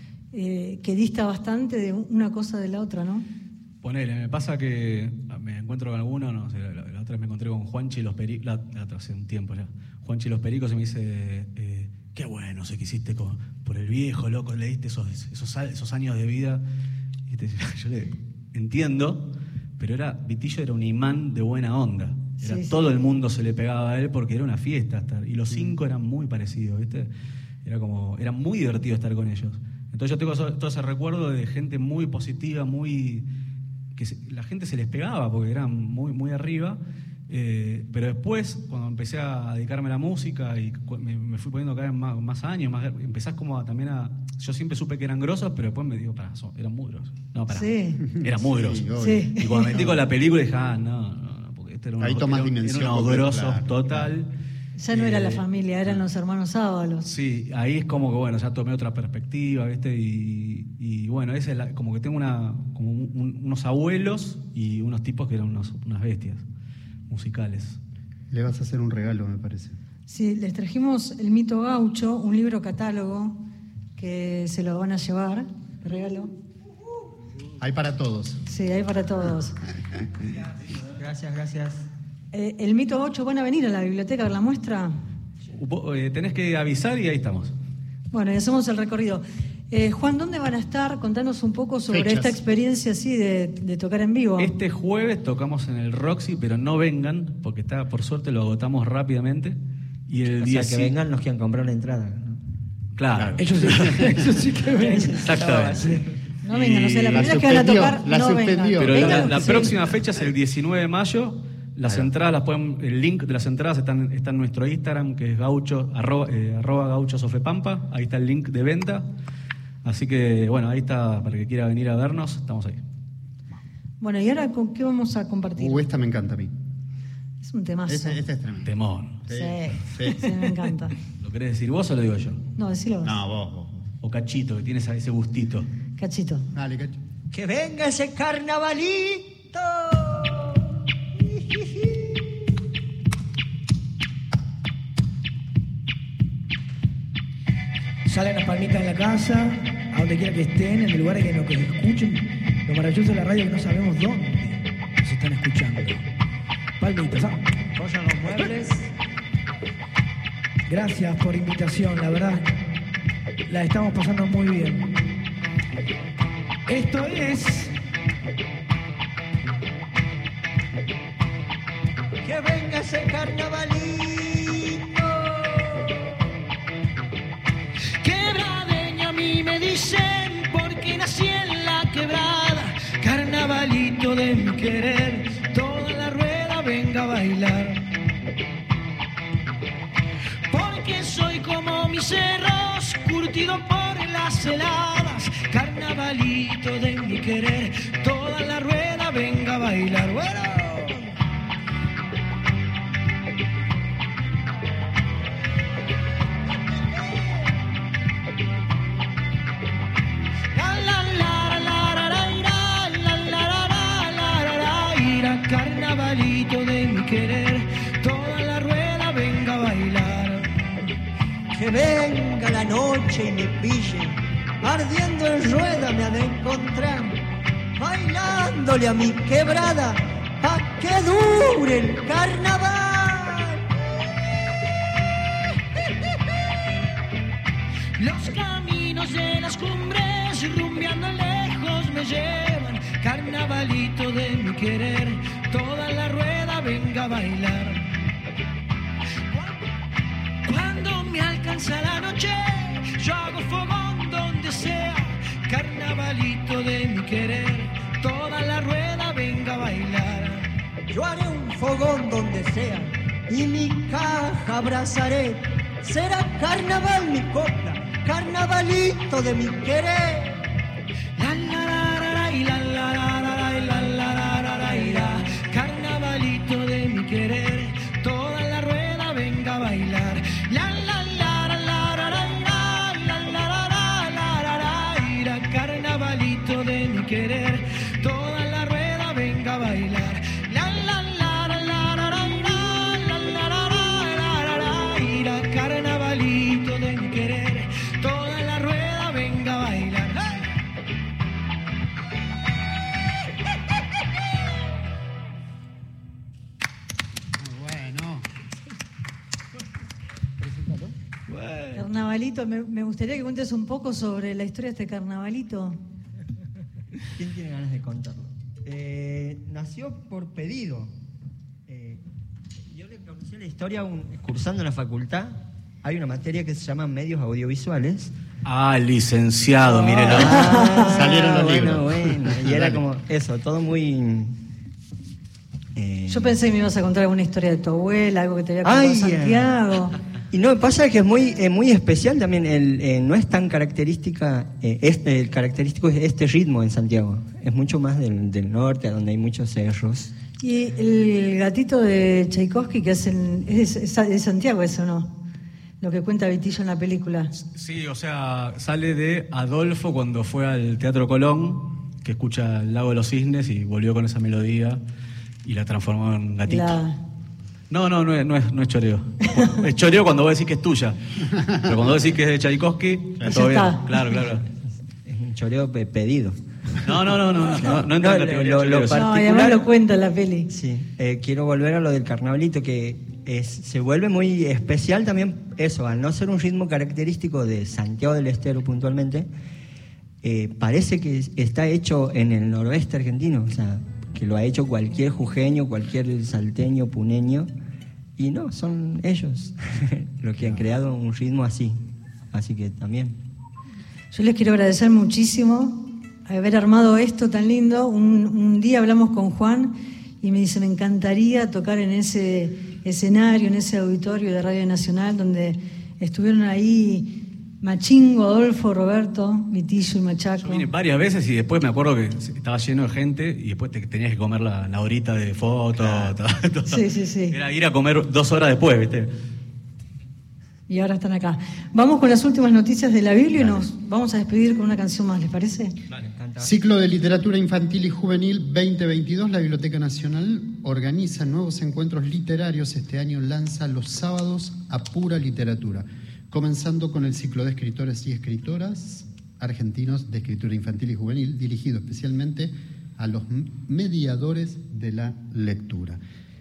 eh, que dista bastante de una cosa de la otra, ¿no? Ponele, me pasa que me encuentro con alguno, no sé, la, la otra vez me encontré con Juanchi y los Pericos, la, la otra hace un tiempo ya, Juanchi y los Pericos, y me dice, eh, qué bueno sé que hiciste con, por el viejo, loco, le diste esos, esos, esos años de vida. Y te, yo le entiendo, pero era Vitillo era un imán de buena onda. Era, sí, sí. Todo el mundo se le pegaba a él porque era una fiesta estar, y los cinco eran muy parecidos, ¿viste? Era como, era muy divertido estar con ellos. Entonces yo tengo eso, todo ese recuerdo de gente muy positiva, muy que se, la gente se les pegaba porque eran muy, muy arriba. Eh, pero después, cuando empecé a dedicarme a la música y me, me fui poniendo cada vez más, más años, más, empezás como a, también a... Yo siempre supe que eran grosos, pero después me digo, pará, son, eran muy grosos. No, pará, sí. eran muy grosos. Sí. Y cuando me metí con la película dije, ah, no, no, no, porque este era un, Ahí tomás dimensión, era unos grosos claro, total. Ya no eh, era la familia, eran los hermanos Ábalos. Sí, ahí es como que, bueno, ya tomé otra perspectiva, ¿viste? Y, y bueno, ese es la, como que tengo una, como un, unos abuelos y unos tipos que eran unos, unas bestias musicales. Le vas a hacer un regalo, me parece. Sí, les trajimos El Mito Gaucho, un libro catálogo que se lo van a llevar, de regalo. Hay para todos. Sí, hay para todos. Gracias, gracias. Eh, el Mito Gaucho, ¿van a venir a la biblioteca a ver la muestra? Vos, eh, tenés que avisar y ahí estamos. Bueno, y hacemos el recorrido. Eh, Juan, ¿dónde van a estar? Contanos un poco sobre Fechas. esta experiencia así de, de tocar en vivo. Este jueves tocamos en el Roxy, pero no vengan, porque está, por suerte lo agotamos rápidamente. Y el O día sea, que sí- vengan los que han comprado la entrada, ¿no? Claro. Ellos sí, ellos sí que ven. Exactamente. No vengan, o sea, la La primera vez que van a suspendió, tocar, la no suspendió. vengan. Pero Vengan la, los la que sí. próxima fecha es el diecinueve de mayo. Las entradas las pueden, el link de las entradas está en, está en nuestro Instagram, que es gaucho, arroba, eh, arroba gaucho sofepampa. Ahí está el link de venta. Así que, bueno, ahí está, para el que quiera venir a vernos, estamos ahí. Bueno, ¿y ahora con qué vamos a compartir? Uh, esta me encanta a mí. Es un temazo. Esta, esta es tremenda. Temón. Sí, Sí, sí, sí. me encanta. ¿Lo querés decir vos o lo digo yo? No, decilo vos. No, vos, vos. O Cachito, que tienes ese gustito. Cachito. Dale, cacho. ¡Que venga ese carnavalito! Salen las palmitas en la casa, a donde quiera que estén, en el lugar en que nos que nos escuchen. Lo maravilloso de la radio es que no sabemos dónde nos están escuchando. Palmitas, ¿ah? Posan los muebles. Gracias por invitación, la verdad, la estamos pasando muy bien. Esto es ¡Que venga ese carnavalito! quebradeño, a mí me dicen, porque nací en la quebrada. Carnavalito de mi querer, toda la rueda venga a bailar. Porque soy como mis cerros, curtido por las heladas. Carnavalito de mi querer, toda la rueda venga a bailar. Bueno. Carnavalito de mi querer, toda la rueda venga a bailar. Que venga la noche y me pille, ardiendo en rueda me ha de encontrar, bailándole a mi quebrada, pa' que dure el carnaval. Los caminos de las cumbres, rumbeando lejos me llevan. Carnavalito de mi querer, toda la rueda venga a bailar. Cuando me alcanza la noche, yo hago fogón donde sea. Carnavalito de mi querer, toda la rueda venga a bailar. Yo haré un fogón donde sea y mi caja abrazaré. Será carnaval mi copla, carnavalito de mi querer. La la la la la y la la la la la y la la la la la y la. Carnavalito de mi querer, toda la rueda venga a bailar. La la la la la la la la la la la la la la y la. Carnavalito Bueno. Carnavalito, me, me gustaría que cuentes un poco sobre la historia de este carnavalito. ¿Quién tiene ganas de contarlo? Eh, nació por pedido. Eh, yo le conocí la historia un, cursando en la facultad. Hay una materia que se llama medios audiovisuales. Ah, licenciado, mírelo. Ah, Salieron los bueno, libros. Bueno, y era como eso, todo muy... eh, Yo pensé que me ibas a contar alguna historia de tu abuela, algo que te había contado Ay, Santiago. Y no, pasa que es muy, eh, muy especial también. El, eh, no es tan característica, eh, este, el característico es este ritmo en Santiago. Es mucho más del, del norte, donde hay muchos cerros. Y el gatito de Tchaikovsky, que es, el, es, es de Santiago, eso, ¿no? Lo que cuenta Vitillo en la película. Sí, o sea, sale de Adolfo cuando fue al Teatro Colón, que escucha El Lago de los Cisnes y volvió con esa melodía y la transformó en gatito. La... No, no, no es, no es, no es choreo. Es choreo cuando vos decís que es tuya. Pero cuando vos decís que es de Tchaikovsky, Ya todo bien. está. Claro, claro. Es un choreo pe- pedido. No, no, no, no, no, no entra en la No, categoría lo- de lo choreo. No, y además particular- lo cuenta en la peli. Sí, eh, quiero volver a lo del carnavalito, que es, se vuelve muy especial también eso, al no ser un ritmo característico de Santiago del Estero puntualmente, eh, parece que está hecho en el noroeste argentino, o sea, que lo ha hecho cualquier jujeño, cualquier salteño, puneño, y no, son ellos los que han creado un ritmo así, así que también. Yo les quiero agradecer muchísimo haber armado esto tan lindo. Un, un día hablamos con Juan y me dice, me encantaría tocar en ese escenario, en ese auditorio de Radio Nacional, donde estuvieron ahí Machingo, Adolfo, Roberto, Vitillo y Machaco. Yo vine varias veces y después me acuerdo que estaba lleno de gente y después te tenías que comer la, la horita de fotos. Todo, todo. Sí, sí, sí. Era ir a comer dos horas después, ¿viste? Y ahora están acá. Vamos con las últimas noticias de la Biblia y nos vamos a despedir con una canción más, ¿les parece? Ciclo de Literatura Infantil y Juvenil veinte veintidós. La Biblioteca Nacional organiza nuevos encuentros literarios. Este año lanza los sábados a pura literatura, comenzando con el ciclo de escritores y escritoras argentinos de escritura infantil y juvenil, dirigido especialmente a los mediadores de la lectura.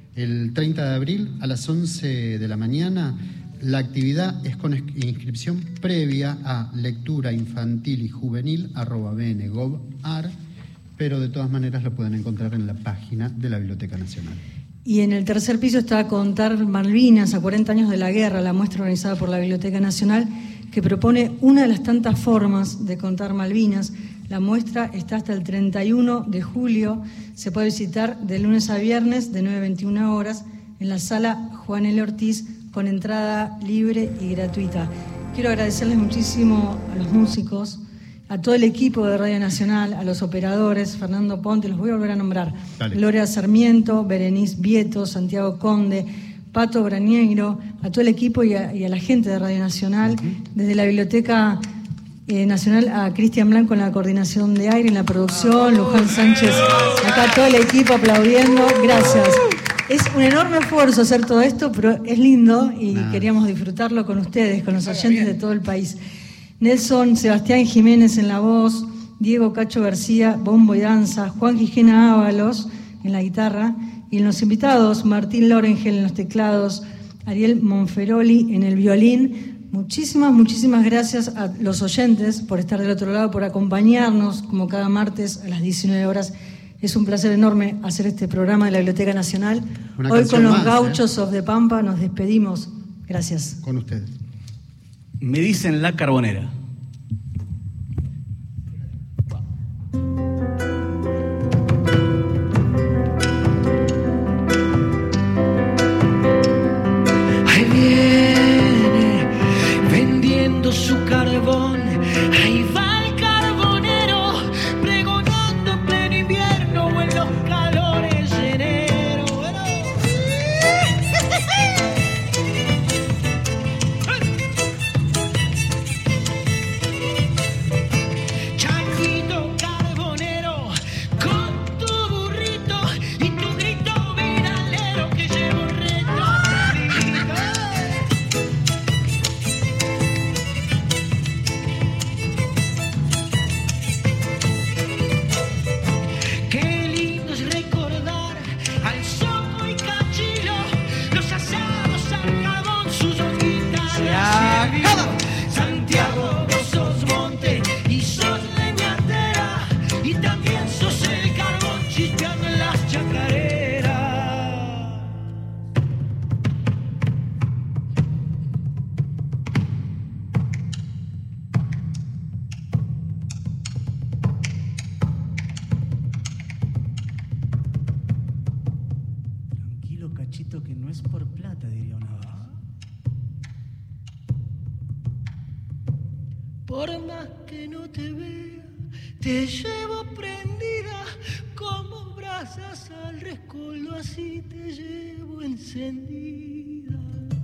El treinta de abril a las once de la mañana, la actividad es con inscripción previa a lectura infantil y juvenil arroba b n gov punto a r, pero de todas maneras lo pueden encontrar en la página de la Biblioteca Nacional. Y en el tercer piso está Contar Malvinas a cuarenta años de la guerra, la muestra organizada por la Biblioteca Nacional, que propone una de las tantas formas de contar Malvinas. La muestra está hasta el treinta y uno de julio, se puede visitar de lunes a viernes de nueve a veintiuna horas en la sala Juan L. Ortiz, con entrada libre y gratuita. Quiero agradecerles muchísimo a los músicos, a todo el equipo de Radio Nacional, a los operadores, Fernando Ponte, los voy a volver a nombrar, Dale. Gloria Sarmiento, Berenice Vieto, Santiago Conde, Pato Brañeiro, a todo el equipo y a, y a la gente de Radio Nacional, desde la Biblioteca eh, Nacional a Cristian Blanco en la coordinación de aire, en la producción, Luján Sánchez, acá todo el equipo aplaudiendo, gracias. Es un enorme esfuerzo hacer todo esto, pero es lindo y Nah. queríamos disfrutarlo con ustedes, con los oyentes de todo el país. Nelson Sebastián Jiménez en la voz, Diego Cacho García, bombo y danza, Juan Gijena Ábalos en la guitarra y en los invitados Martín Lorengel en los teclados, Ariel Monferoli en el violín. Muchísimas, muchísimas gracias a los oyentes por estar del otro lado, por acompañarnos como cada martes a las diecinueve horas. Es un placer enorme hacer este programa de la Biblioteca Nacional. Una Hoy canción con los más, gauchos of the Pampa nos despedimos. Gracias. Con ustedes. Me dicen La Carbonera. Ahí viene vendiendo su carbón, ahí va el carbonero, pregonando en pleno invierno o en los calores de enero. Changuito carbonero, con tu burrito y tu grito viralero que llevo retratadito. Santiago, vos sos monte y sos leñatera, y también sos el carbón chispeando en las chacareras. Tranquilo, cachito, que no es por plata, diría una vez. Por más que no te vea, te llevo prendida como brasas al rescoldo, así te llevo encendida.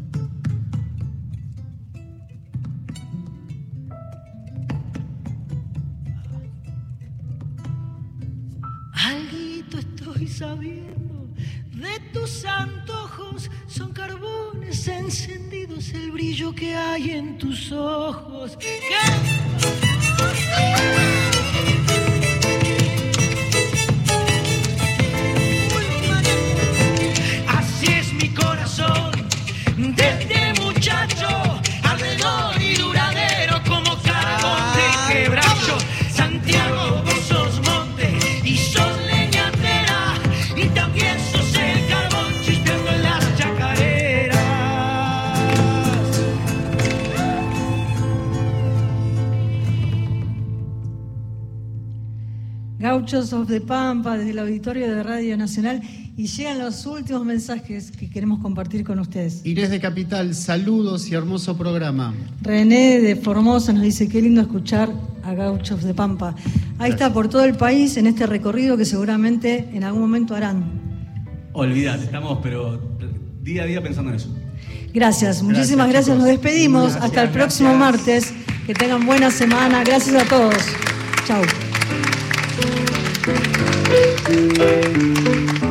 Alguito estoy sabiendo de tus antojos, son carbones encendidos el brillo que hay en tus ojos. ¿Qué? Así es mi corazón, desde muchacho, alrededor y duradero como carbón de quebracho. Santiago, vos sos monte y sos leñatera, y también sos el carbón chispeando en las chacareras. Gauchos of the Pampa, desde el auditorio de Radio Nacional, y llegan los últimos mensajes que queremos compartir con ustedes. Inés de Capital, saludos y hermoso programa. René de Formosa nos dice, qué lindo escuchar a Gauchos of the Pampa. Ahí está, por todo el país, en este recorrido que seguramente en algún momento harán. Olvidate, estamos pero día a día pensando en eso. Gracias, muchísimas Gracias, gracias. Nos chicos. despedimos. Gracias, hasta el próximo gracias. martes. Que tengan buena semana. Gracias a todos. Chau.